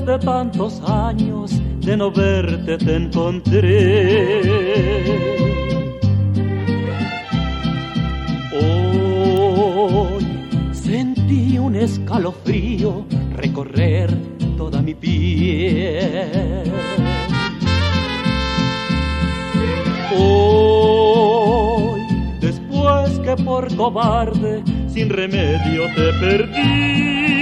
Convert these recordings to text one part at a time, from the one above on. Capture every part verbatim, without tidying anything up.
de tantos años de no verte te encontré. Hoy sentí un escalofrío recorrer toda mi piel. Hoy, después que por cobarde sin remedio te perdí,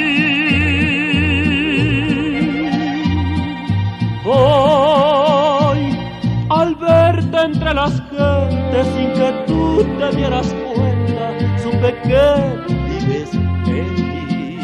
hoy, al verte entre las gentes sin que tú te dieras cuenta, supe que vives en mí.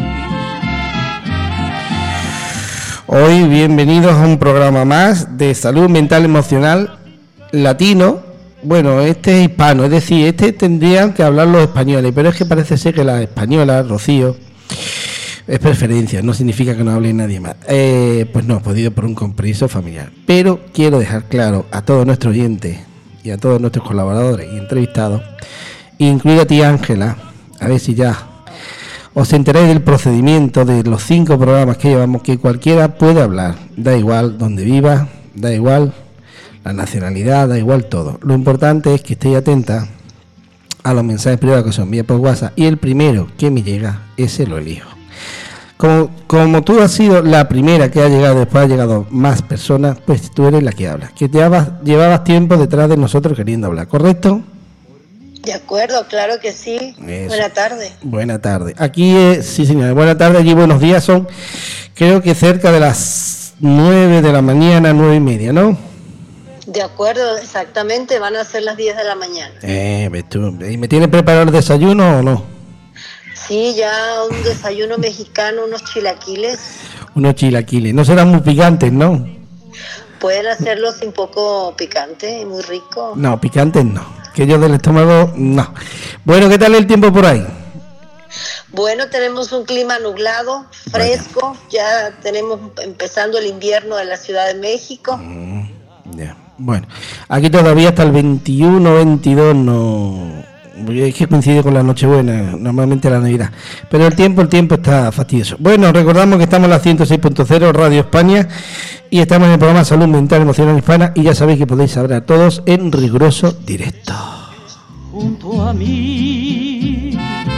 Hoy, bienvenidos a un programa más de salud mental emocional latino. Bueno, este es hispano, es decir, este tendrían que hablar los españoles, pero es que parece ser que la española, Rocío, es preferencia, no significa que no hable nadie más. Eh, pues no, he podido por un compromiso familiar. Pero quiero dejar claro a todos nuestros oyentes y a todos nuestros colaboradores y entrevistados, incluida a ti, Ángela, a ver si ya os enteráis del procedimiento de los cinco programas que llevamos, que cualquiera puede hablar, da igual donde viva, da igual la nacionalidad, da igual todo. Lo importante es que estéis atentas a los mensajes privados que se envían por WhatsApp, y el primero que me llega, ese lo elijo. Como, como tú has sido la primera que ha llegado, después ha llegado más personas, pues tú eres la que habla, que te llevabas, llevabas tiempo detrás de nosotros queriendo hablar, ¿correcto? De acuerdo, claro que sí. Eso. Buena tarde. Buena tarde. Aquí, eh, sí señora, buena tarde, allí buenos días, son creo que cerca de las nueve de la mañana, nueve y media, ¿no? De acuerdo, exactamente, van a ser las diez de la mañana. Eh, ves tú, ¿y me tiene preparado el desayuno o no? Sí, ya un desayuno mexicano, unos chilaquiles. Unos chilaquiles, no serán muy picantes, ¿no? Pueden hacerlos un poco picante, muy rico. No, picantes no, que yo del estómago, no. Bueno, ¿qué tal el tiempo por ahí? Bueno, tenemos un clima nublado, fresco, Vaya. Ya tenemos empezando el invierno de la Ciudad de México. Mm, ya, yeah. Bueno, aquí todavía hasta el veintiuno, veintidós no... Es que coincide con la Nochebuena, normalmente la Navidad. Pero el tiempo, el tiempo está fastidioso. Bueno, recordamos que estamos en la ciento seis punto cero Radio España y estamos en el programa Salud Mental Emocional Hispana, y ya sabéis que podéis saber a todos en riguroso directo. Junto a mí,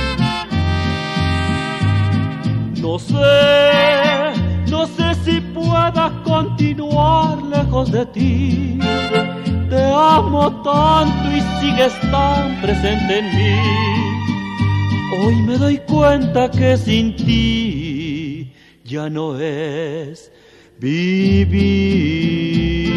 no sé, no sé si pueda continuar lejos de ti. Te amo tanto y sigues tan presente en mí. Hoy me doy cuenta que sin ti ya no es vivir.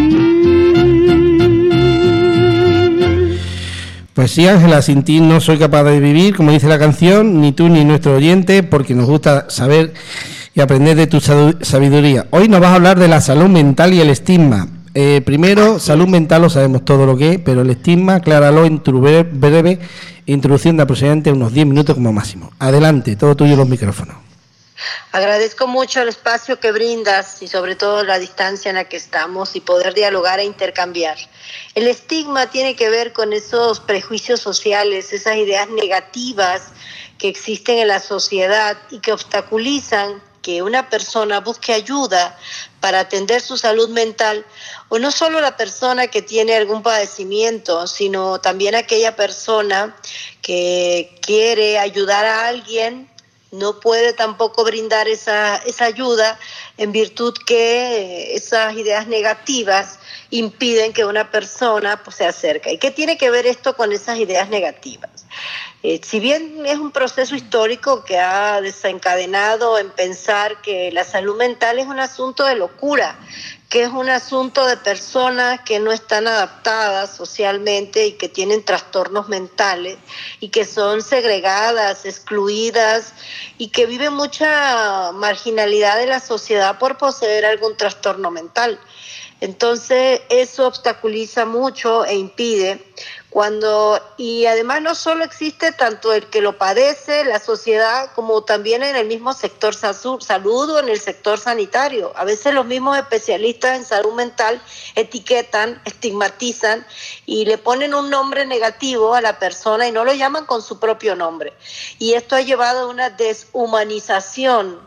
Pues sí, Ángela, sin ti no soy capaz de vivir, como dice la canción, ni tú ni nuestro oyente, porque nos gusta saber y aprender de tu sabiduría. Hoy nos vas a hablar de la salud mental y el estigma. Eh, primero, salud mental lo sabemos todo lo que es, pero el estigma, acláralo en tu breve, breve introducción de aproximadamente unos diez minutos como máximo. Adelante, todo tuyo los micrófonos. Agradezco mucho el espacio que brindas y sobre todo la distancia en la que estamos y poder dialogar e intercambiar. El estigma tiene que ver con esos prejuicios sociales, esas ideas negativas que existen en la sociedad y que obstaculizan que una persona busque ayuda para atender su salud mental, o no solo la persona que tiene algún padecimiento, sino también aquella persona que quiere ayudar a alguien, no puede tampoco brindar esa, esa ayuda en virtud que esas ideas negativas impiden que una persona pues, se acerque. ¿Y qué tiene que ver esto con esas ideas negativas? Eh, si bien es un proceso histórico que ha desencadenado en pensar que la salud mental es un asunto de locura, que es un asunto de personas que no están adaptadas socialmente y que tienen trastornos mentales y que son segregadas, excluidas y que viven mucha marginalidad de la sociedad por poseer algún trastorno mental. Entonces eso obstaculiza mucho e impide cuando, y además no solo existe tanto el que lo padece, la sociedad, como también en el mismo sector salud o en el sector sanitario. A veces los mismos especialistas en salud mental etiquetan, estigmatizan y le ponen un nombre negativo a la persona y no lo llaman con su propio nombre. Y esto ha llevado a una deshumanización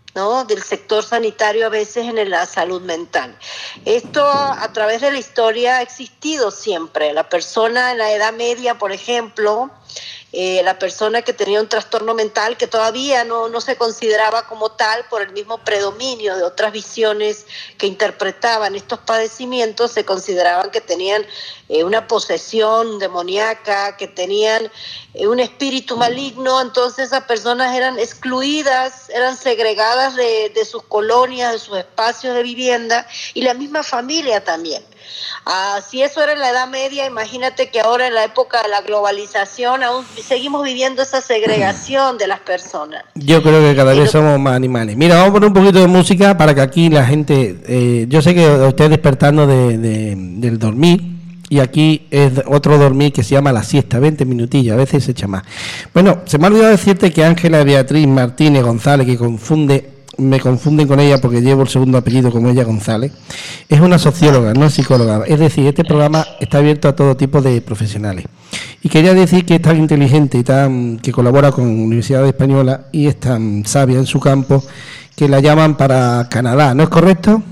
¿no?, del sector sanitario a veces en la salud mental. Esto a través de la historia ha existido siempre. La persona en la Edad Media, por ejemplo, eh, la persona que tenía un trastorno mental que todavía no, no se consideraba como tal por el mismo predominio de otras visiones que interpretaban estos padecimientos, se consideraban que tenían eh, una posesión demoníaca, que tenían eh, un espíritu maligno. Entonces esas personas eran excluidas, eran segregadas de, de sus colonias, de sus espacios de vivienda, y la misma familia también. Ah, si eso era en la Edad Media, imagínate que ahora en la época de la globalización aún seguimos viviendo esa segregación de las personas. Yo creo que cada vez somos más animales. Mira, vamos a poner un poquito de música para que aquí la gente, eh, yo sé que estoy despertando de, de, del dormir, y aquí es otro dormir que se llama la siesta, veinte minutillos, a veces se echa más. Bueno, se me ha olvidado decirte que Ángela Beatriz Martínez González, que confunde... me confunden con ella porque llevo el segundo apellido como ella, González, es una socióloga, no es psicóloga. Es decir, este programa está abierto a todo tipo de profesionales. Y quería decir que es tan inteligente y tan que colabora con la Universidad Española y es tan sabia en su campo que la llaman para Canadá, ¿no es correcto?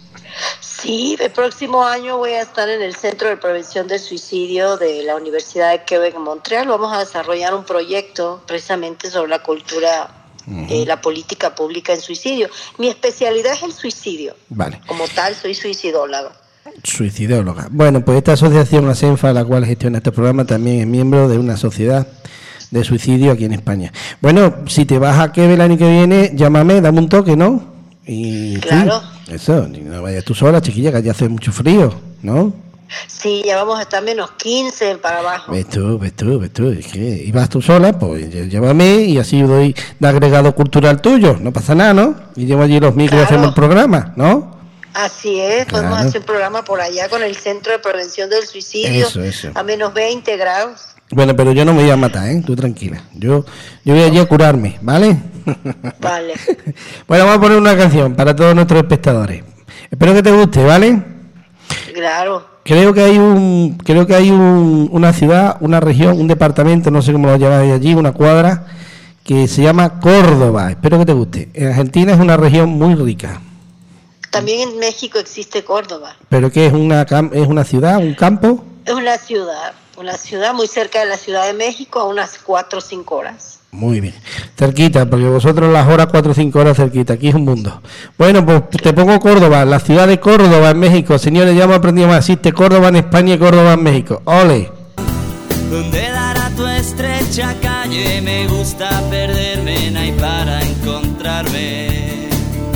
Sí, el próximo año voy a estar en el Centro de Prevención del Suicidio de la Universidad de Quebec en Montreal. Vamos a desarrollar un proyecto precisamente sobre la cultura, Uh-huh. Eh, la política pública en suicidio. Mi especialidad es el suicidio. Vale. Como tal, soy suicidóloga. Suicidóloga. Bueno, pues esta asociación ASENFA, la cual gestiona este programa, también es miembro de una sociedad de suicidio aquí en España. Bueno, si te vas a Quebec el año que viene, llámame, dame un toque, ¿no? Y claro. Sí, eso, no vayas tú sola, chiquilla, que ya hace mucho frío, ¿no? Sí, ya vamos a estar menos quince para abajo. Ves tú, ves tú, ves tú. Es que ibas tú sola, pues llévame y así doy de agregado cultural tuyo. No pasa nada, ¿no? Y llevo allí los micros, claro, y hacemos el programa, ¿no? Así es, claro. Podemos hacer un programa por allá con el Centro de Prevención del Suicidio. Eso, eso. A menos veinte grados. Bueno, pero yo no me voy a matar, ¿eh? Tú tranquila. Yo, yo voy allí a curarme, ¿vale? Vale. Bueno, vamos a poner una canción para todos nuestros espectadores. Espero que te guste, ¿vale? Claro. Creo que hay un, creo que hay un, una ciudad, una región, un departamento, no sé cómo lo llamáis allí, una cuadra, que se llama Córdoba. Espero que te guste. En Argentina es una región muy rica. También en México existe Córdoba. ¿Pero qué es una, es una ciudad, un campo? Es una ciudad, una ciudad muy cerca de la Ciudad de México, a unas cuatro o cinco horas. Muy bien, cerquita, porque vosotros las horas cuatro o cinco horas cerquita, aquí es un mundo. Bueno, pues te pongo Córdoba, la ciudad de Córdoba en México. Señores, ya hemos aprendido más. Existe Córdoba en España y Córdoba en México. ¡Ole! Donde dará tu estrecha calle, me gusta perderme, no hay para encontrarme.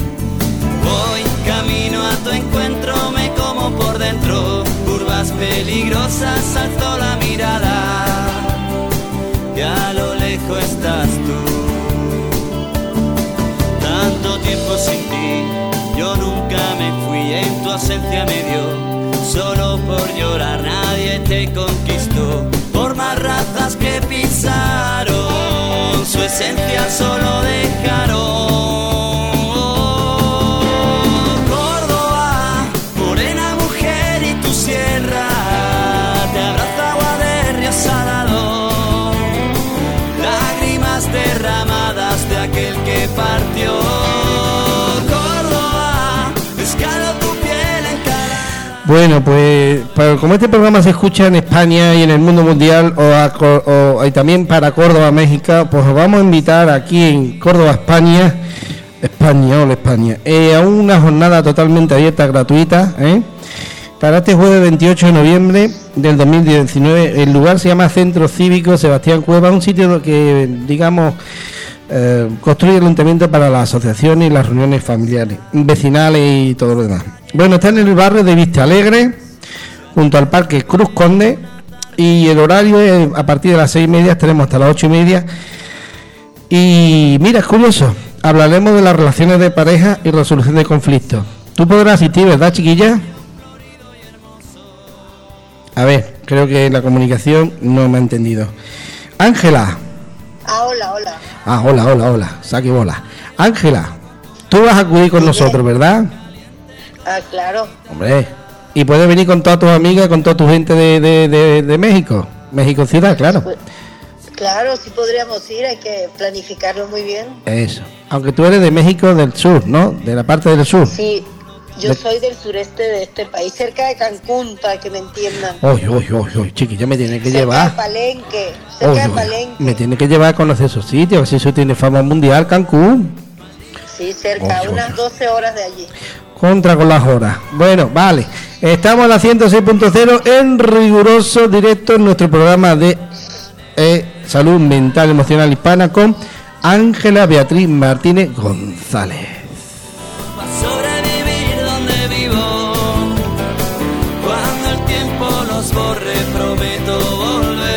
Voy camino a tu encuentro, me como por dentro, curvas peligrosas, alzo la mirada. Y a lo lejos estás tú. Tanto tiempo sin ti, yo nunca me fui, en tu ausencia me dio. Solo por llorar nadie te conquistó. Por más razas que pisaron, su esencia solo dejaron. Córdoba, morena mujer y tu sierra, te abraza agua de río salado. Derramadas de aquel que partió. Córdoba, pescado tu piel encarada. Bueno, pues como este programa se escucha en España y en el mundo mundial, o, a, o y también para Córdoba, México, pues os vamos a invitar aquí en Córdoba, España, España, hola España, eh, a una jornada totalmente abierta, gratuita, ¿eh? Para este jueves veintiocho de noviembre del dos mil diecinueve. El lugar se llama Centro Cívico Sebastián Cueva, un sitio que, digamos, eh, construye el ayuntamiento para las asociaciones y las reuniones familiares, vecinales y todo lo demás. Bueno, está en el barrio de Vista Alegre, junto al Parque Cruz Conde, y el horario es a partir de las seis y media, estaremos hasta las ocho y media. Y mira, es curioso, hablaremos de las relaciones de pareja y resolución de conflictos. Tú podrás asistir, ¿verdad, chiquilla? A ver, creo que la comunicación no me ha entendido. Ángela. Ah, hola, hola. Ah, hola, hola, hola. Saque bola. Ángela, tú vas a acudir con sí, nosotros, ¿verdad? Ah, claro. Hombre, y puedes venir con todas tus amigas, con toda tu gente de, de, de, de México. México ciudad, claro. Pues, claro, sí podríamos ir, hay que planificarlo muy bien. Eso. Aunque tú eres de México del sur, ¿no? De la parte del sur. Sí, yo de... soy del sureste de este país, cerca de Cancún, para que me entiendan. Uy, uy, uy, uy, chiqui, ya me tiene que cerca llevar. De Palenque, cerca uy, de uy, Palenque. Me tiene que llevar a conocer esos sitios, si eso tiene fama mundial, Cancún. Sí, cerca, uy, unas uy, doce horas de allí. Contra con las horas. Bueno, vale. Estamos en la ciento seis punto cero en riguroso directo en nuestro programa de eh, salud mental emocional hispana con Ángela Beatriz Martínez González. Sobrevivir donde vivo, cuando el tiempo nos borre, prometo volver.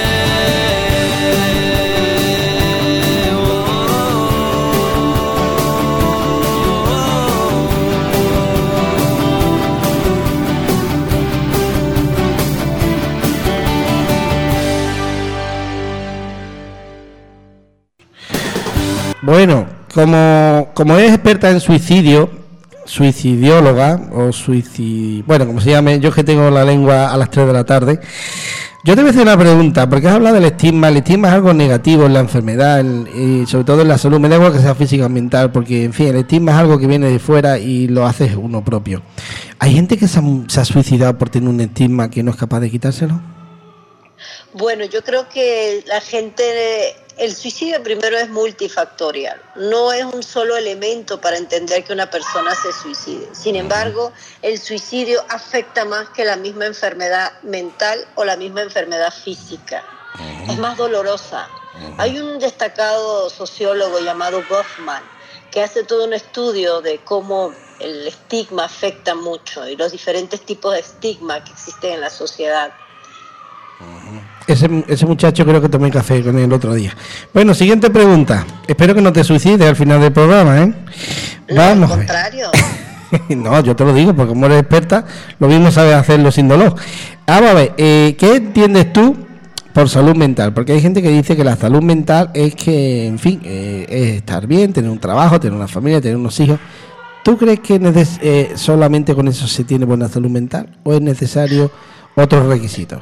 Bueno, como, como es experta en suicidio, suicidióloga o suicid... Bueno, como se llame, yo que tengo la lengua a las tres de la tarde, yo te voy a hacer una pregunta, porque has hablado del estigma. El estigma es algo negativo en la enfermedad en, y sobre todo en la salud, me da igual que sea física o mental, porque, en fin, el estigma es algo que viene de fuera y lo hace uno propio. ¿Hay gente que se ha, se ha suicidado por tener un estigma que no es capaz de quitárselo? Bueno, yo creo que la gente... El suicidio primero es multifactorial, no es un solo elemento para entender que una persona se suicide. Sin embargo, el suicidio afecta más que la misma enfermedad mental o la misma enfermedad física. Es más dolorosa. Hay un destacado sociólogo llamado Goffman que hace todo un estudio de cómo el estigma afecta mucho y los diferentes tipos de estigma que existen en la sociedad. Ese, ese muchacho creo que tomé café con él el otro día. Bueno, siguiente pregunta. Espero que no te suicides al final del programa, ¿eh? No, Vamos. al contrario. No, yo te lo digo, porque como eres experta, lo mismo sabes hacerlo sin dolor. Vamos a ver, eh, ¿qué entiendes tú por salud mental? Porque hay gente que dice que la salud mental es que, en fin, eh, es estar bien, tener un trabajo, tener una familia, tener unos hijos. ¿Tú crees que neces- eh, solamente con eso se tiene buena salud mental o es necesario otros requisitos?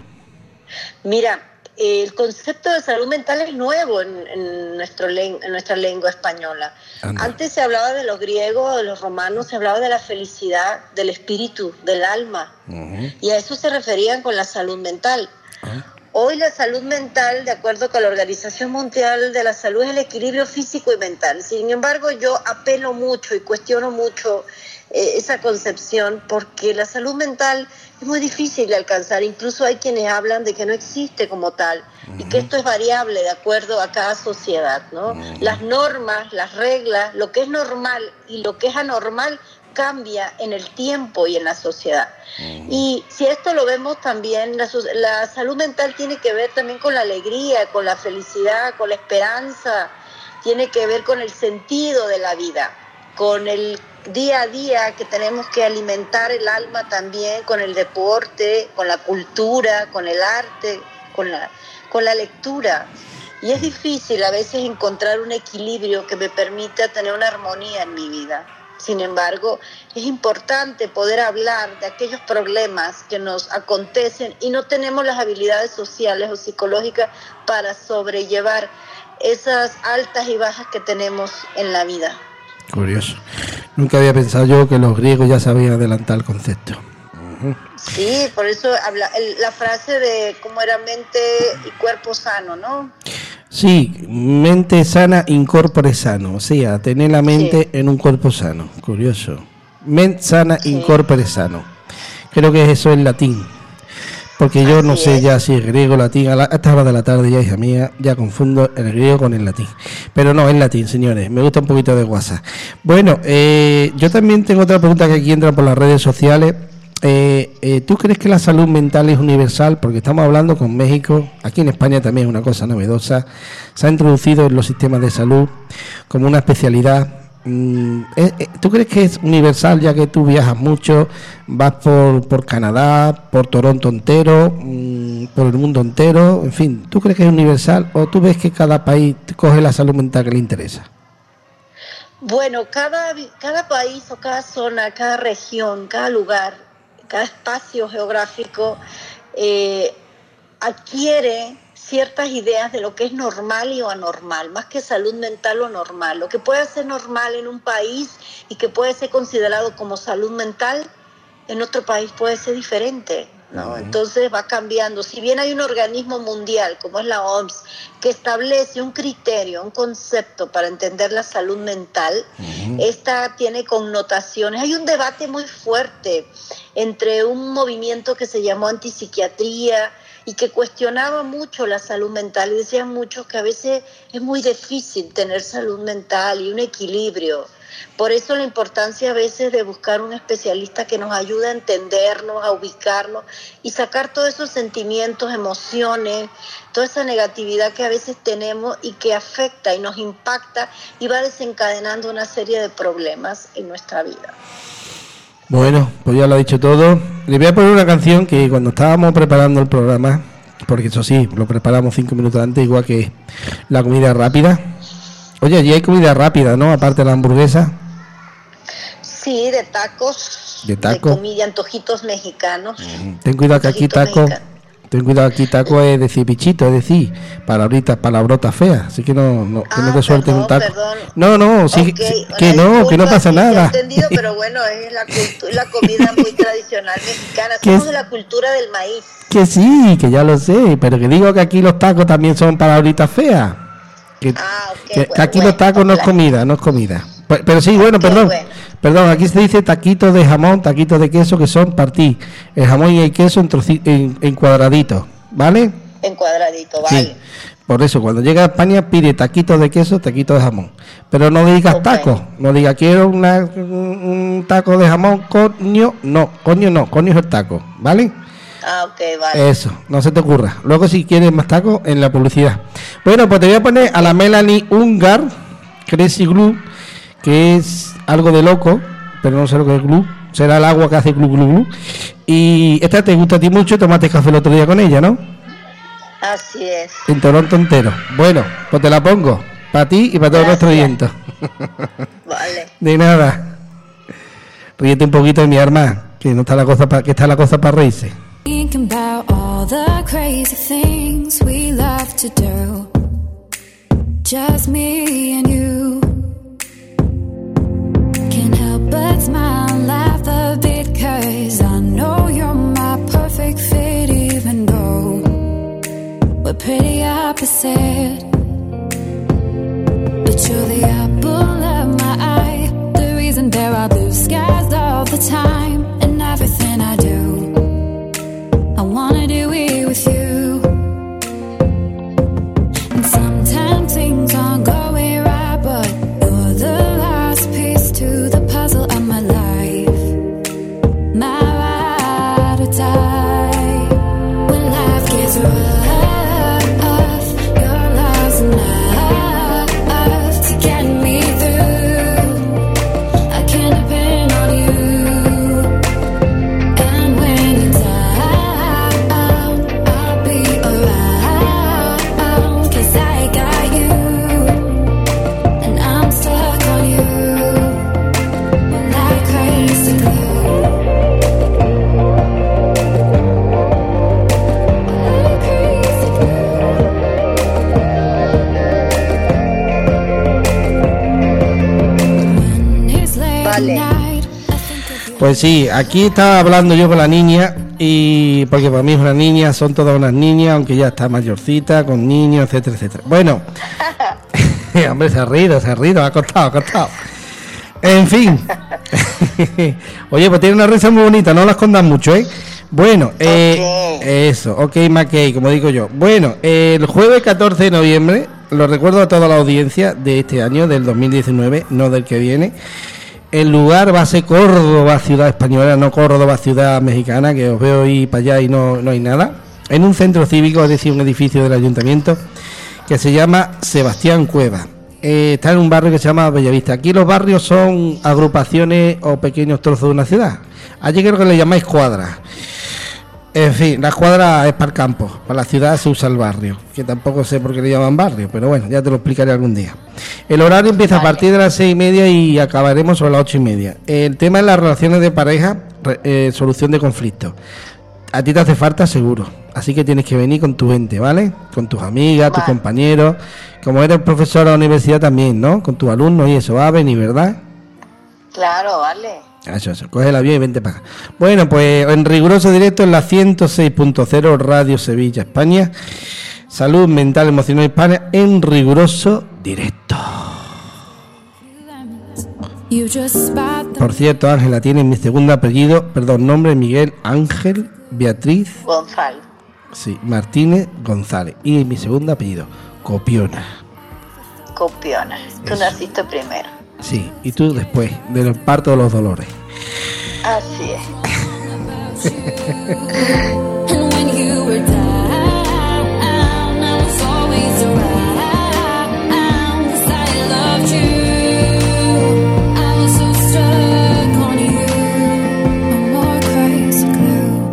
Mira, el concepto de salud mental es nuevo en, en, nuestro len- en nuestra lengua española. Anda. Antes se hablaba de los griegos, de los romanos, se hablaba de la felicidad, del espíritu, del alma. Uh-huh. Y a eso se referían con la salud mental. Uh-huh. Hoy la salud mental, de acuerdo con la Organización Mundial de la Salud, es el equilibrio físico y mental. Sin embargo, yo apelo mucho y cuestiono mucho eh, esa concepción, porque la salud mental es muy difícil de alcanzar. Incluso hay quienes hablan de que no existe como tal, uh-huh, y que esto es variable de acuerdo a cada sociedad, ¿no? Uh-huh. Las normas, las reglas, lo que es normal y lo que es anormal cambia en el tiempo y en la sociedad. Uh-huh. Y si esto lo vemos también, la, la salud mental tiene que ver también con la alegría, con la felicidad, con la esperanza, tiene que ver con el sentido de la vida, con el día a día que tenemos que alimentar el alma también, con el deporte, con la cultura, con el arte, con la, con la lectura. Y es difícil a veces encontrar un equilibrio que me permita tener una armonía en mi vida. Sin embargo, es importante poder hablar de aquellos problemas que nos acontecen y no tenemos las habilidades sociales o psicológicas para sobrellevar esas altas y bajas que tenemos en la vida. Curioso. Nunca había pensado yo que los griegos ya sabían adelantar el concepto. Uh-huh. Sí, por eso habla el, la frase de cómo era mente y cuerpo sano, ¿no? Sí, mente sana, incorpore sano. O sea, tener la mente sí. en un cuerpo sano. Curioso. Mente sana, sí. incorpore sano. Creo que eso es latín. Porque yo Así no sé es. ya si es griego o latín. A, la, a esta hora de la tarde ya, hija mía, ya confundo el griego con el latín. Pero no, es latín, señores. Me gusta un poquito de WhatsApp. Bueno, eh, yo también tengo otra pregunta que aquí entra por las redes sociales. Eh, eh, ¿Tú crees que la salud mental es universal? Porque estamos hablando con México. Aquí en España también es una cosa novedosa. Se ha introducido en los sistemas de salud como una especialidad. ¿Tú crees que es universal, ya que tú viajas mucho, vas por, por Canadá, por Toronto entero, por el mundo entero, en fin, ¿tú crees que es universal o tú ves que cada país coge la salud mental que le interesa? Bueno, cada, cada país o cada zona, cada región, cada lugar, cada espacio geográfico eh, adquiere ciertas ideas de lo que es normal y o anormal, más que salud mental o normal. Lo que puede ser normal en un país y que puede ser considerado como salud mental, en otro país puede ser diferente, ¿no? Uh-huh. Entonces va cambiando. Si bien hay un organismo mundial, como es la O M S, que establece un criterio, un concepto para entender la salud mental, uh-huh. esta tiene connotaciones. Hay un debate muy fuerte entre un movimiento que se llamó antipsiquiatría y que cuestionaba mucho la salud mental, y decían muchos que a veces es muy difícil tener salud mental y un equilibrio. Por eso la importancia a veces de buscar un especialista que nos ayude a entendernos, a ubicarnos y sacar todos esos sentimientos, emociones, toda esa negatividad que a veces tenemos y que afecta y nos impacta y va desencadenando una serie de problemas en nuestra vida. Bueno, pues ya lo ha dicho todo. Le voy a poner una canción que cuando estábamos preparando el programa, porque eso sí, lo preparamos cinco minutos antes, igual que la comida rápida. Oye, allí hay comida rápida, ¿no? Aparte de la hamburguesa. Sí, de tacos. De tacos. De comida, antojitos mexicanos. Mm, ten cuidado que aquí taco, mexicano. ten cuidado aquí taco es decir bichito, es decir, palabritas, palabrotas feas, así que no, no, que ah, no te suelten un taco. Perdón. No, no, sí, okay. sí que no, disculpa, que no pasa sí, nada. He entendido, pero bueno, es la, cultu- la comida muy tradicional mexicana. Somos es? de la cultura del maíz. Que sí, que ya lo sé, pero que digo que aquí los tacos también son palabritas feas. Que, ah, okay, que, bueno, que aquí bueno, los tacos no es comida, no es comida. Pero, pero sí, bueno, okay, perdón, bueno. perdón, aquí se dice taquitos de jamón, taquitos de queso, que son partí el jamón y el queso en, troci- en, en cuadraditos, ¿vale? En cuadradito, vale. Sí. Por eso, cuando llega a España pide taquitos de queso, taquitos de jamón. Pero no digas okay. tacos, no digas quiero una, un, un taco de jamón, coño, no, coño no, coño es el taco, ¿vale? Ah, ok, vale. Eso, no se te ocurra. Luego si quieres más tacos, en la publicidad. Bueno, pues te voy a poner a la Melanie Ungar, Crazy Glue, que es algo de loco, pero no sé lo que es glue. Será el agua que hace glue, glue, glue. Y esta te gusta a ti mucho, tomaste café el otro día con ella, ¿no? Así es. En Toronto entero. Bueno, pues te la pongo, para ti y para todos nuestros oyentes. Vale. De nada. Ríete un poquito de mi arma, que no está la cosa para que está la cosa para reírse. Thinking about all the crazy things we love to do, just me and you. Can't help but smile and laugh a bit, 'cause I know you're my perfect fit, even though we're pretty opposite. But you're the apple of my eye, the reason there are blue skies all the time, and everything I do, I wanna do it with you. And sometimes things aren't going right, but you're the last piece to the puzzle of my life, my ride or die. When life gets rough, your love's enough to get me through. I can depend on you. And when you're down, I'll be around, 'cause I got you, and I'm stuck on you, like crazy glue, like crazy glue. When it's late Vale. night, I think of you. Pues sí, aquí estaba hablando yo con la niña, y porque para mí es una niña, son todas unas niñas, aunque ya está mayorcita, con niños, etcétera, etcétera. Bueno, hombre, se ha rido, se ha rido, ha costado, ha costado. En fin. Oye, pues tiene una risa muy bonita, no la escondas mucho, ¿eh? Bueno, eh, Ok. eso, ok, McKay, como digo yo. Bueno, eh, el jueves catorce de noviembre, lo recuerdo a toda la audiencia de este año, del dos mil diecinueve, no del que viene. El lugar va a ser Córdoba, ciudad española, no Córdoba, ciudad mexicana, que os veo ir para allá y no, no hay nada. En un centro cívico, es decir, un edificio del ayuntamiento, que se llama Sebastián Cueva. Eh, está en un barrio que se llama Bellavista. Aquí los barrios son agrupaciones o pequeños trozos de una ciudad. Allí creo que le llamáis cuadras. En fin, la cuadra es para el campo, para la ciudad se usa el barrio, que tampoco sé por qué le llaman barrio, pero bueno, ya te lo explicaré algún día. El horario empieza vale. a partir de las seis y media y acabaremos sobre las ocho y media. El tema es las relaciones de pareja, re, eh, solución de conflictos. A ti te hace falta seguro, Así que tienes que venir con tu gente, ¿vale? Con tus amigas, Vale. tus compañeros. Como eres profesor de la universidad también, ¿no? Con tus alumnos y eso, va a venir, ¿verdad? Claro, vale. Eso, eso, coge el avión y vente para acá. Bueno, pues en riguroso directo en la ciento seis punto cero Radio Sevilla, España. Salud mental, emocional hispana en riguroso directo. You just spot the Por cierto, Ángela tiene mi segundo apellido, perdón, nombre Miguel Ángel Beatriz, Gonzalo. sí, Martínez González. Y mi segundo apellido, Copiona. Copiona. Tú Eso. naciste primero. Sí, y tú después, del parto de los dolores. Así es. And when you were down, I was always around. 'Cause I loved you. I was so stuck on you. No more crazy glue.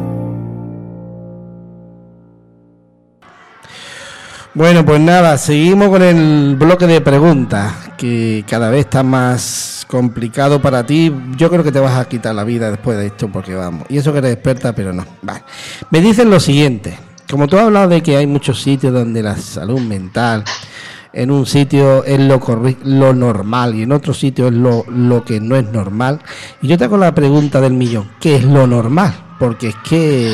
Bueno, pues nada, seguimos con el bloque de preguntas, que cada vez está más complicado para ti. Yo creo que te vas a quitar la vida después de esto, porque vamos, y eso que eres experta, pero no. Vale. Me dicen lo siguiente, como tú has hablado de que hay muchos sitios donde la salud mental, en un sitio es lo, corri- lo normal y en otro sitio es lo, lo que no es normal, y yo te hago la pregunta del millón, ¿qué es lo normal? Porque es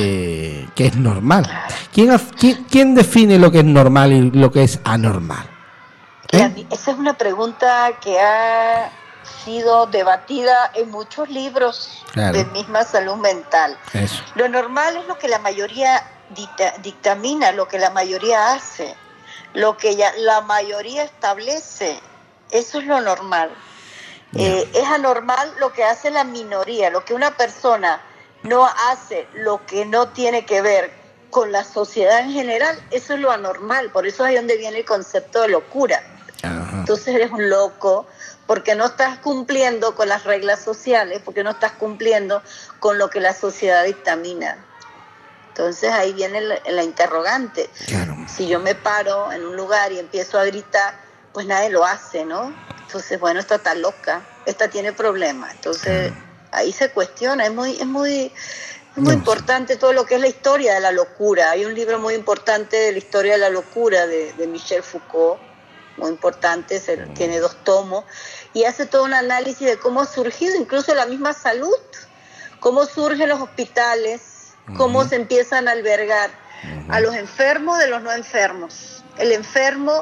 que, que es normal. ¿Quién, haz- quién, quién define lo que es normal y lo que es anormal? Y a ¿Eh? mí- esa es una pregunta que ha sido debatida en muchos libros Claro. de misma salud mental. Eso. Lo normal es lo que la mayoría dicta- dictamina, lo que la mayoría hace, lo que ya la mayoría establece. Eso es lo normal. Ya. Eh, es anormal lo que hace la minoría, lo que una persona no hace, lo que no tiene que ver con la sociedad en general. Eso es lo anormal. Por eso es ahí donde viene el concepto de locura. Ajá. Entonces eres un loco porque no estás cumpliendo con las reglas sociales, porque no estás cumpliendo con lo que la sociedad dictamina. Entonces ahí viene la, la interrogante. Claro. Si yo me paro en un lugar y empiezo a gritar, pues nadie lo hace, ¿no? Entonces, bueno, esta está loca, esta tiene problemas. Entonces ahí se cuestiona, es muy, es muy, es muy No. importante todo lo que es la historia de la locura. Hay un libro muy importante de la historia de la locura de, de Michel Foucault, muy importante, se, tiene dos tomos, y hace todo un análisis de cómo ha surgido incluso la misma salud, cómo surgen los hospitales, cómo se empiezan a albergar a los enfermos de los no enfermos. El enfermo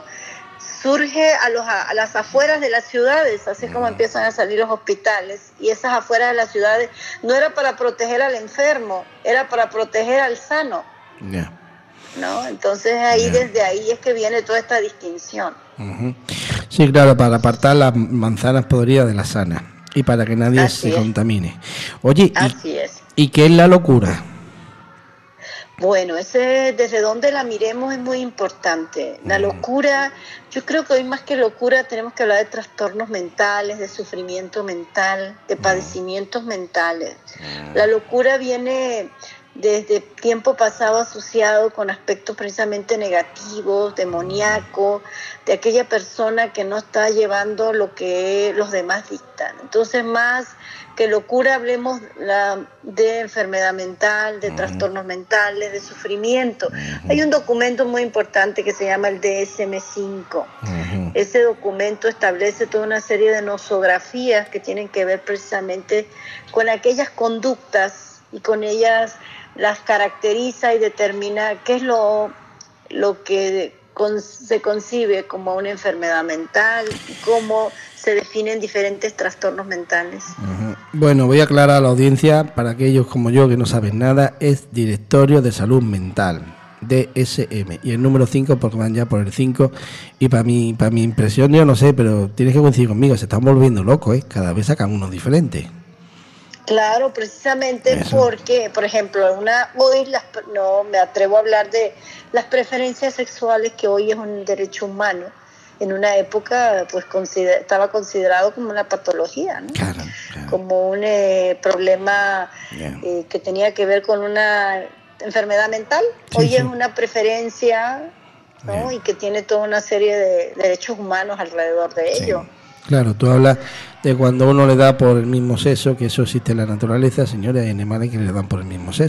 surge a, los, a las afueras de las ciudades, así es como empiezan a salir los hospitales, y esas afueras de las ciudades no era para proteger al enfermo, era para proteger al sano, Ya. ¿no? Entonces ahí, Ya. desde ahí es que viene toda esta distinción. Ujú. Sí, claro, para apartar las manzanas podridas de las sanas y para que nadie Así se es. contamine. Oye, Así ¿y, es. ¿y qué es la locura? Bueno, ese desde donde la miremos es muy importante. La locura, yo creo que hoy más que locura tenemos que hablar de trastornos mentales, de sufrimiento mental, de padecimientos mentales. La locura viene desde tiempo pasado asociado con aspectos precisamente negativos, demoníacos, de aquella persona que no está llevando lo que los demás dictan. Entonces, más que locura, hablemos la, de enfermedad mental, de trastornos mentales, de sufrimiento. Hay un documento muy importante que se llama el D S M cinco. Ujú. Ese documento establece toda una serie de nosografías que tienen que ver precisamente con aquellas conductas y con ellas las caracteriza y determina qué es lo, lo que con, se concibe como una enfermedad mental y cómo se definen diferentes trastornos mentales. Ujú. Bueno, voy a aclarar a la audiencia, para aquellos como yo que no saben nada, es Directorio de Salud Mental, D S M, y el número cinco porque van ya por el cinco, y para mi, para mi impresión, yo no sé, pero tienes que coincidir conmigo, se están volviendo locos, ¿eh? Cada vez sacan unos diferentes. Claro, precisamente Eso. porque, por ejemplo, una hoy las, no me atrevo a hablar de las preferencias sexuales, que hoy es un derecho humano. En una época, pues consider, estaba considerado como una patología, ¿no? Claro, claro. Como un eh, problema Yeah. eh, que tenía que ver con una enfermedad mental. Sí, Hoy sí. es una preferencia, ¿no? Yeah. Y que tiene toda una serie de derechos humanos alrededor de Sí. ello. Claro, tú hablas de cuando uno le da por el mismo sexo, que eso existe en la naturaleza, señores, hay animales que le dan por el mismo sexo.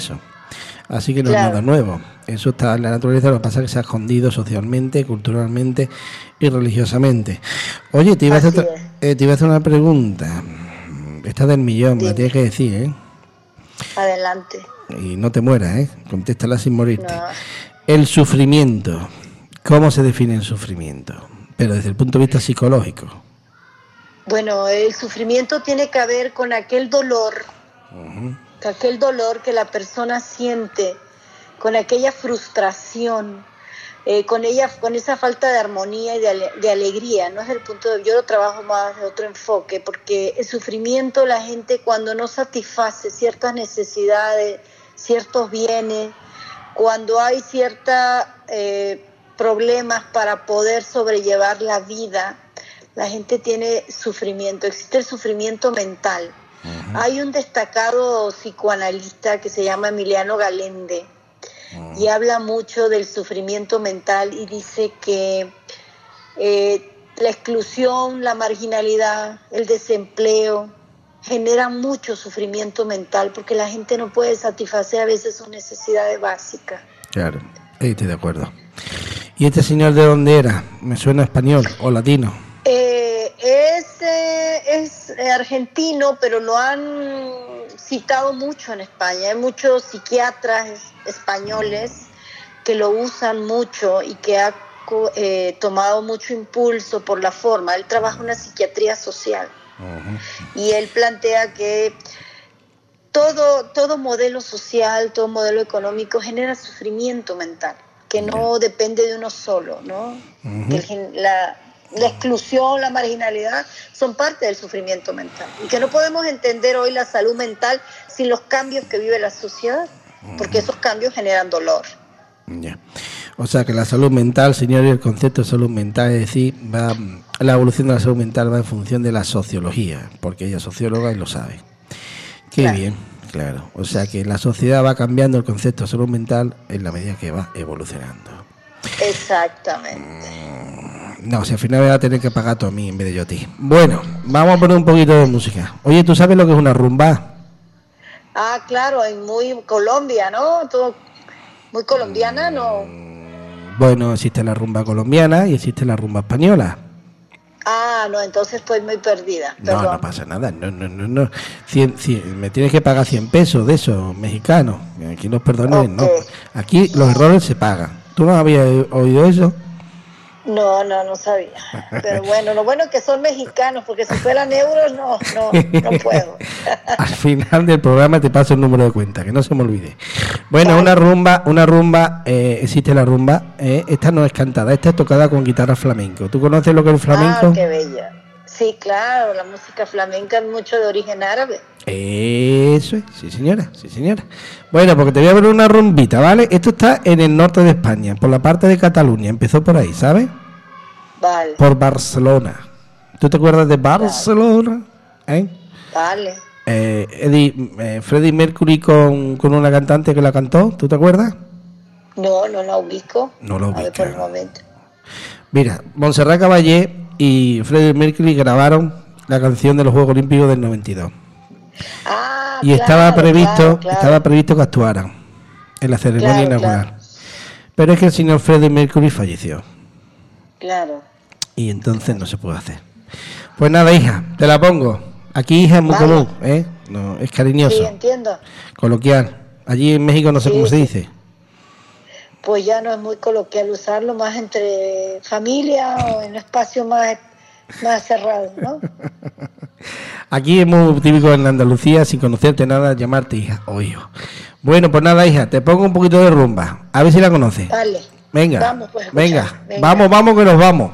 Así que no Claro. es nada nuevo. Eso está en la naturaleza, lo que pasa es que se ha escondido socialmente, culturalmente y religiosamente. Oye, te iba a hacer, Así otra- es. eh, te iba a hacer una pregunta. Esta del millón, me la Dime. tienes que decir, ¿eh? Adelante. Y no te mueras, ¿eh? Contéstala sin morirte. No. El sufrimiento. ¿Cómo se define el sufrimiento? Pero desde el punto de vista psicológico. Bueno, el sufrimiento tiene que ver con aquel dolor, con aquel dolor que la persona siente, con aquella frustración, eh, con ella, con esa falta de armonía y de, ale- de alegría. No es el punto de, yo lo trabajo más de otro enfoque, porque el sufrimiento, la gente cuando no satisface ciertas necesidades, ciertos bienes, cuando hay ciertos eh, problemas para poder sobrellevar la vida, la gente tiene sufrimiento. Existe el sufrimiento mental. Uh-huh. Hay un destacado psicoanalista que se llama Emiliano Galende uh-huh. y habla mucho del sufrimiento mental y dice que eh, la exclusión, la marginalidad, el desempleo generan mucho sufrimiento mental porque la gente no puede satisfacer a veces sus necesidades básicas. Claro, estoy de acuerdo. ¿Y este señor de dónde era? ¿Me suena español o latino? Eh, es, eh, es argentino, pero lo han citado mucho en España. Hay muchos psiquiatras españoles que lo usan mucho y que ha eh, tomado mucho impulso por la forma. Él trabaja en una psiquiatría social. Uh-huh. Y él plantea que todo, todo modelo social, todo modelo económico genera sufrimiento mental, que no uh-huh. depende de uno solo, ¿no? Uh-huh. Que la, la exclusión, la marginalidad son parte del sufrimiento mental. Y que no podemos entender hoy la salud mental sin los cambios que vive la sociedad, porque esos cambios generan dolor. Ya. Yeah. O sea que la salud mental, señor, y el concepto de salud mental, es decir, va, la evolución de la salud mental va en función de la sociología, porque ella es socióloga y lo sabe. Qué claro. bien, claro. O sea que la sociedad va cambiando el concepto de salud mental en la medida que va evolucionando. Exactamente. No, si al final me va a tener que pagar tú a mí en vez de yo a ti. Bueno, vamos a poner un poquito de música. Oye, ¿tú sabes lo que es una rumba? Ah, claro, en muy Colombia, ¿no? Todo muy colombiana, ¿no? Bueno, existe la rumba colombiana y existe la rumba española. Ah, no, entonces estoy muy perdida. Perdón. No, no pasa nada. No, no, no, no. cien, cien, me tienes que pagar cien pesos de esos mexicanos. Aquí los perdones, okay. No. Aquí los errores se pagan. ¿Tú no habías oído eso? No, no, no sabía. Pero bueno, lo bueno es que son mexicanos, porque si fueran euros, no, no, no puedo. Al final del programa te paso el número de cuenta, que no se me olvide. Bueno, Ay. una rumba, una rumba, eh, existe la rumba, eh, esta no es cantada, esta es tocada con guitarra flamenco. ¿Tú conoces lo que es el flamenco? Ah, qué bella. Sí, claro, la música flamenca es mucho de origen árabe. Eso es, sí señora, sí señora. Bueno, porque te voy a ver una rumbita, ¿vale? Esto está en el norte de España, por la parte de Cataluña, empezó por ahí, ¿sabes? Vale. Por Barcelona. ¿Tú te acuerdas de Barcelona? ¿Eh? Vale. Eh, Eddie, eh, Freddie Mercury con, con una cantante que la cantó, ¿tú te acuerdas? No, no la ubico. No la ubico. A ver, por el momento. Mira, Montserrat Caballé y Freddie Mercury grabaron la canción de los Juegos Olímpicos del noventa y dos. Ah, y claro, estaba previsto, claro, claro. estaba previsto que actuaran en la ceremonia claro, inaugural. Claro. Pero es que el señor Freddie Mercury falleció. Claro. Y entonces no se puede hacer. Pues nada, hija, te la pongo. Aquí, hija, es muy vale. común, ¿eh? No, es cariñoso. Sí, entiendo. Coloquial. Allí en México no sé sí, cómo se sí. dice. Pues ya no es muy coloquial usarlo, más entre familia o en espacios más, más cerrados, ¿no? Aquí es muy típico en Andalucía, sin conocerte nada, llamarte hija o hijo. Bueno, pues nada, hija, te pongo un poquito de rumba. A ver si la conoces. Dale. Venga, vamos, pues, venga, venga, vamos, vamos que nos vamos.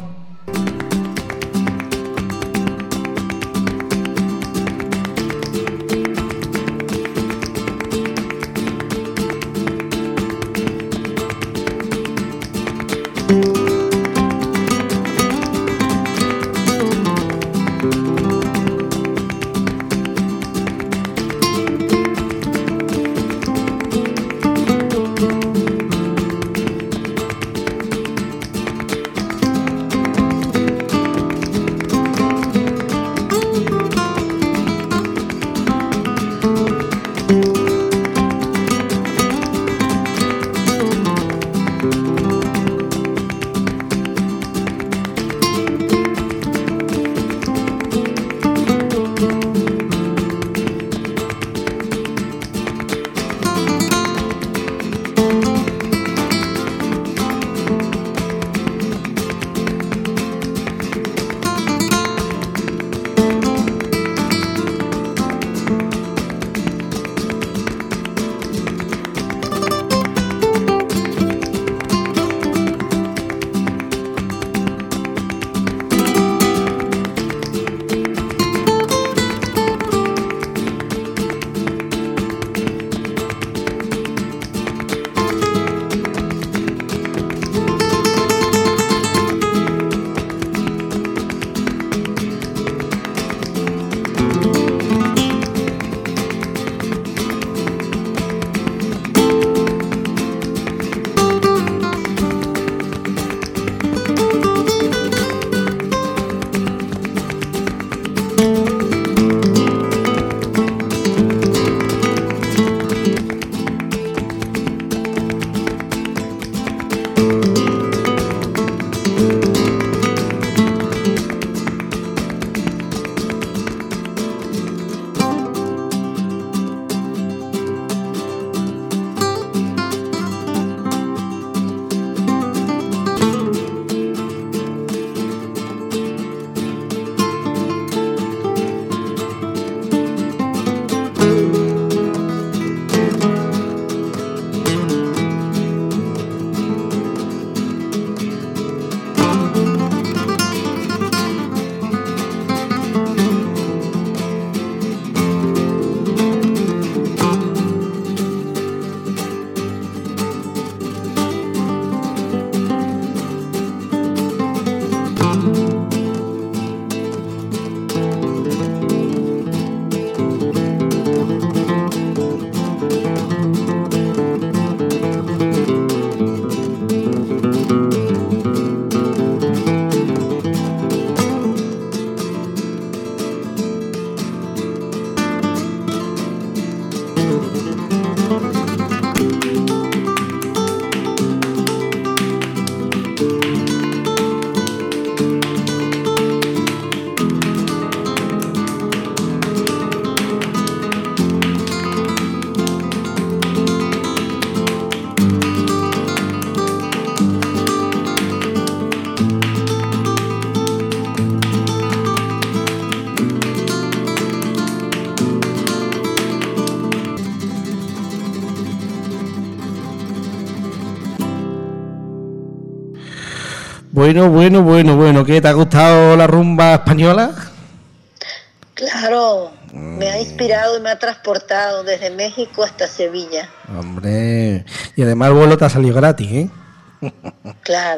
Bueno, bueno, bueno, bueno. ¿Qué te ha gustado la rumba española? Claro, me ha inspirado y me ha transportado desde México hasta Sevilla. Hombre, y además el vuelo te ha salido gratis, ¿eh? Claro.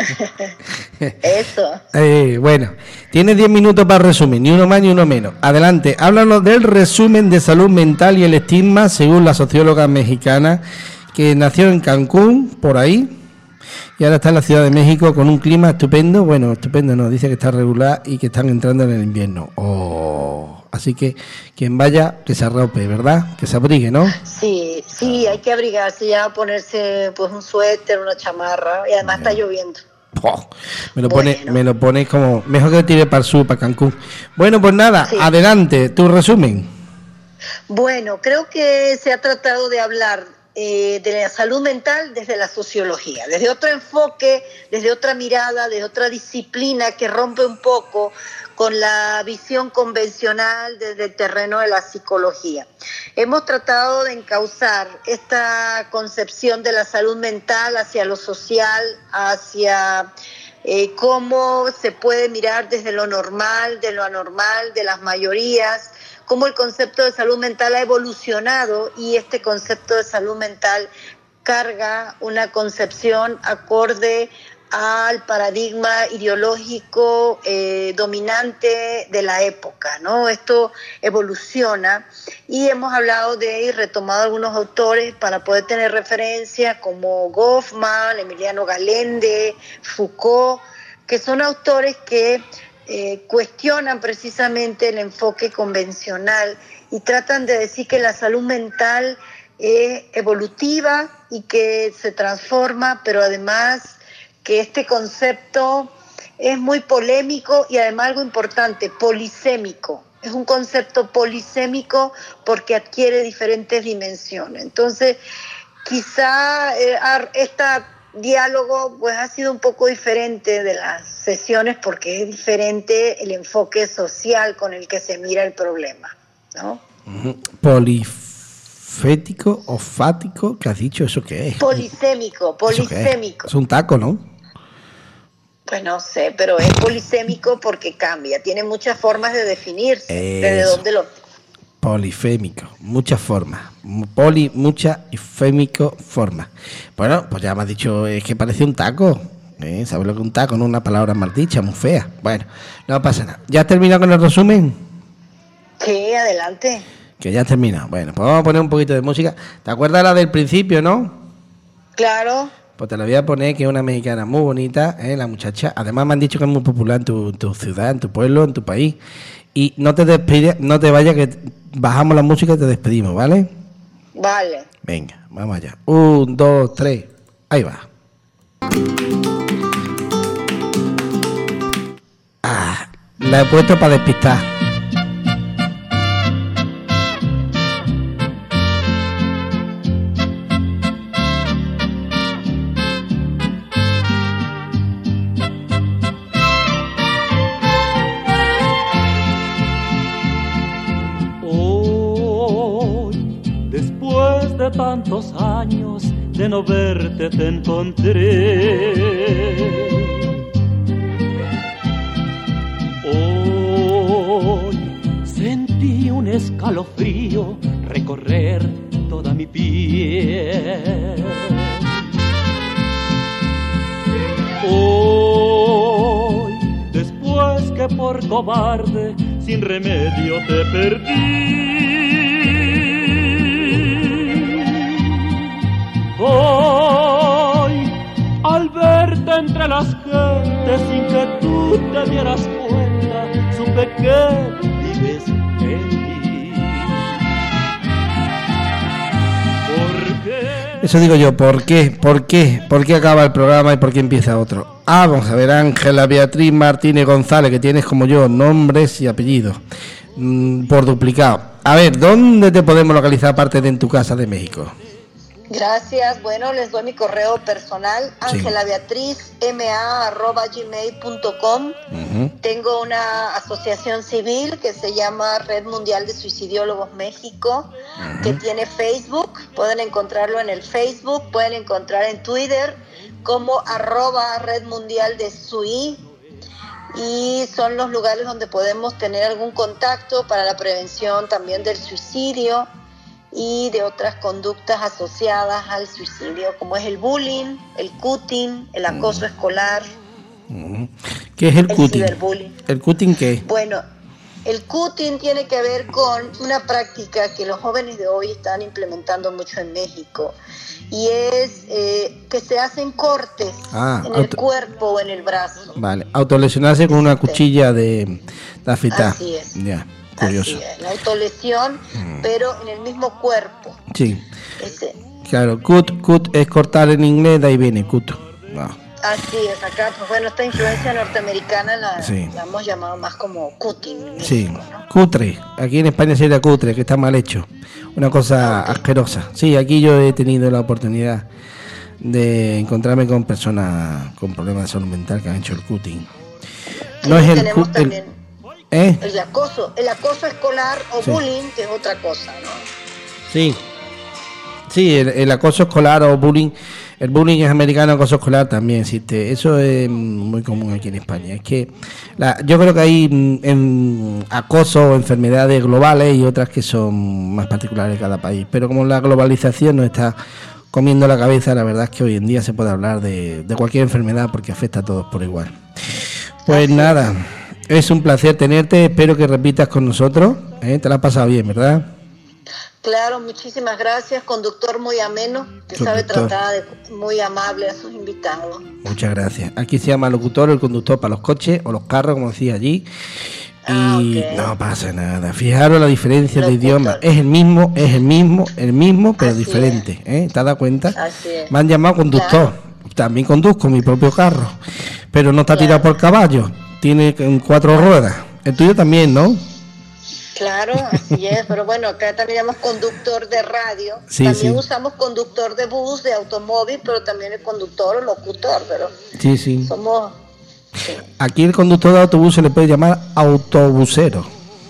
Eso. Eh, bueno, tienes diez minutos para resumir, ni uno más ni uno menos. Adelante, háblanos del resumen de salud mental y el estigma, según la socióloga mexicana que nació en Cancún, por ahí, y ahora está en la Ciudad de México con un clima estupendo. Bueno, estupendo no, dice que está regular y que están entrando en el invierno. Oh, así que quien vaya, que se arrope, ¿verdad? Que se abrigue, ¿no? Sí, sí, hay que abrigarse ya, ponerse pues un suéter, una chamarra, y además está lloviendo. Oh, me lo pone, Bueno. me lo pone como mejor que tire para el sur, para Cancún. Bueno, pues nada, Sí. adelante, tu resumen. Bueno, creo que se ha tratado de hablar eh, de la salud mental desde la sociología, desde otro enfoque, desde otra mirada, desde otra disciplina que rompe un poco con la visión convencional desde el terreno de la psicología. Hemos tratado de encauzar esta concepción de la salud mental hacia lo social, hacia eh, cómo se puede mirar desde lo normal, de lo anormal, de las mayorías, cómo el concepto de salud mental ha evolucionado y este concepto de salud mental carga una concepción acorde al paradigma ideológico eh, dominante de la época, ¿no? Esto evoluciona y hemos hablado de y retomado algunos autores para poder tener referencia como Goffman, Emiliano Galende, Foucault, que son autores que eh, cuestionan precisamente el enfoque convencional y tratan de decir que la salud mental es evolutiva y que se transforma, pero además que este concepto es muy polémico y además algo importante, polisémico. Es un concepto polisémico porque adquiere diferentes dimensiones. Entonces, quizá eh, este diálogo pues, ha sido un poco diferente de las sesiones porque es diferente el enfoque social con el que se mira el problema, ¿no? Polifético o fático, ¿qué has dicho? ¿Eso qué es? Polisémico, polisémico. Es? es un taco, ¿no? Pues no sé, pero es polisémico porque cambia, tiene muchas formas de definirse, desde Eso. dónde lo... Polifémico, muchas formas. Poli, mucha y fémico formas. Bueno, pues ya me has dicho, es que parece un taco. ¿Eh? ¿Sabes lo que es un taco? No una palabra mal dicha, muy fea. Bueno, no pasa nada. ¿Ya has terminado con el resumen? Sí, adelante. Que ya has terminado. Bueno, pues vamos a poner un poquito de música. ¿Te acuerdas la del principio, no? Claro. Pues te la voy a poner, que es una mexicana muy bonita, ¿eh? La muchacha. Además me han dicho que es muy popular en tu, tu ciudad, en tu pueblo, en tu país. Y no te despides, no te vayas, que bajamos la música y te despedimos, ¿vale? Vale. Venga, vamos allá. Un, dos, tres. Ahí va. Ah, la he puesto para despistar. Tantos años de no verte te encontré. Hoy sentí un escalofrío recorrer toda mi piel. Hoy, después que por cobarde sin remedio te perdí, hoy, al verte entre las gentes sin que tú te dieras cuenta, supe que vives en mí. ¿Por qué? Eso digo yo, ¿por qué? ¿Por qué? ¿Por qué acaba el programa y por qué empieza otro? Ah, vamos a ver, Ángela Beatriz Martínez González, que tienes como yo nombres y apellidos mm, por duplicado. A ver, ¿dónde te podemos localizar aparte de en tu casa de México? Gracias. Bueno, les doy mi correo personal, Sí. Ángela Beatriz M A arroba gmail punto com. Uh-huh. Tengo una asociación civil que se llama Red Mundial de Suicidiólogos México, Uh-huh. que tiene Facebook. Pueden encontrarlo en el Facebook, pueden encontrar en Twitter como arroba Red Mundial de Sui. Y son los lugares donde podemos tener algún contacto para la prevención también del suicidio y de otras conductas asociadas al suicidio, como es el bullying, el cutting, el acoso escolar, Uh-huh. ¿Qué es el el cutting? ciberbullying. ¿El cutting qué es? Bueno, el cutting tiene que ver con una práctica que los jóvenes de hoy están implementando mucho en México, y es eh, que se hacen cortes Ah, en el auto- cuerpo o en el brazo. Vale, autolesionarse con una cuchilla de, de afeitar. Así es. Ya, curioso. Así es, la autolesión, pero en el mismo cuerpo. Sí, Ese. claro, cut, cut es cortar en inglés, de ahí viene cut. No. Así es, acá, pues bueno, esta influencia norteamericana la, Sí. la hemos llamado más como cutting en Sí, México, ¿no? cutre. Aquí en España sería cutre, que está mal hecho. Una cosa asquerosa. Sí, aquí yo he tenido la oportunidad de encontrarme con personas con problemas de salud mental que han hecho el cutting. No Y es el, tenemos cu- el- también ¿eh? el acoso, el acoso escolar o Sí. bullying, que es otra cosa, ¿no? Sí. Sí, el, el acoso escolar o bullying. El bullying es americano, acoso escolar también existe. Eso es muy común aquí en España. Es que la, yo creo que hay mm, en acoso o enfermedades globales y otras que son más particulares de cada país. Pero como la globalización nos está comiendo la cabeza, la verdad es que hoy en día se puede hablar de, de cualquier enfermedad porque afecta a todos por igual. Pues nada, es un placer tenerte. Espero que repitas con nosotros. ¿eh? Te la has pasado bien, ¿verdad? Claro, muchísimas gracias, conductor muy ameno, que sabe Conductor. tratar de muy amable a sus invitados. Muchas gracias. Aquí se llama locutor, el conductor para los coches o los carros, como decía allí. Y Ah, ok. no pasa nada. Fijaros la diferencia de Locutor. idioma. Es el mismo, es el mismo, el mismo, pero Así diferente. ¿eh? ¿Te has dado cuenta? Así es. Me han llamado conductor. También conduzco mi propio carro. Pero no está Claro. tirado por caballo. Tiene mm, cuatro ruedas. El tuyo también, ¿no? Claro, así es, pero bueno, acá también llamamos conductor de radio, Sí, también sí. usamos conductor de bus, de automóvil, pero también el conductor o locutor, pero Sí, sí. somos... sí. Aquí el conductor de autobús se le puede llamar autobusero.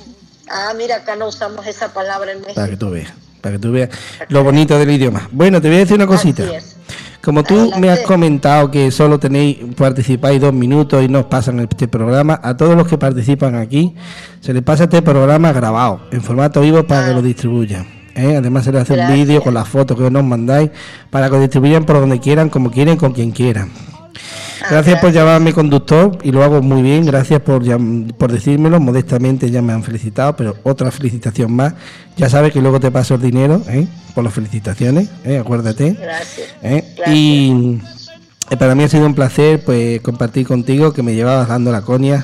Ah, mira, acá no usamos esa palabra en Para que México. tú veas, para que tú veas lo bonito del idioma. Bueno, te voy a decir una cosita. Así es. Como tú Adelante. me has comentado que solo tenéis, participáis dos minutos y no os pasan este programa, a todos los que participan aquí se les pasa este programa grabado, en formato vivo para Ah. que lo distribuyan. ¿eh? Además se les hace Gracias. un vídeo con las fotos que nos mandáis para que lo distribuyan por donde quieran, como quieren, con quien quieran. Ah, Gracias por llamarme conductor y lo hago muy bien. Gracias por, llam- por decírmelo. Modestamente ya me han felicitado, pero otra felicitación más. Ya sabes que luego te paso el dinero ¿eh? por las felicitaciones. ¿eh? Acuérdate. Gracias. ¿eh? Gracias. Y eh, para mí ha sido un placer pues compartir contigo, que me llevabas dando la coña.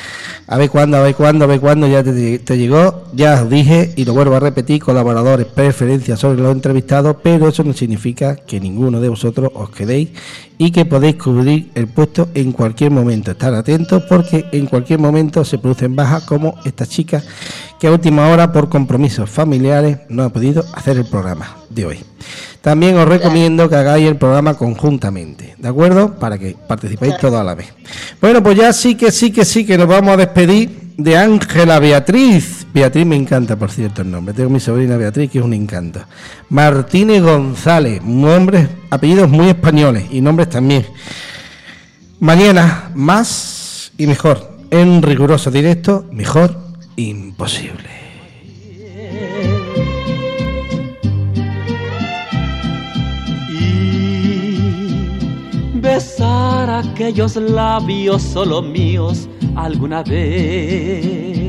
A ver cuándo, a ver cuándo, a ver cuándo ya te, te llegó. Ya os dije y lo vuelvo a repetir, colaboradores, preferencias sobre los entrevistados, pero eso no significa que ninguno de vosotros os quedéis y que podéis cubrir el puesto en cualquier momento. Estar atentos porque en cualquier momento se producen bajas, como esta chica que a última hora por compromisos familiares no ha podido hacer el programa de hoy. También os recomiendo que hagáis el programa conjuntamente, ¿de acuerdo? Para que participéis todos a la vez. Bueno, pues ya sí que sí que sí que nos vamos a despedir de Ángela Beatriz. Beatriz me encanta, por cierto, el nombre. Tengo mi sobrina Beatriz, que es un encanto. Martínez González, nombres, apellidos muy españoles y nombres también. Mañana, más y mejor. En riguroso directo, mejor imposible. Besar aquellos labios solo míos alguna vez.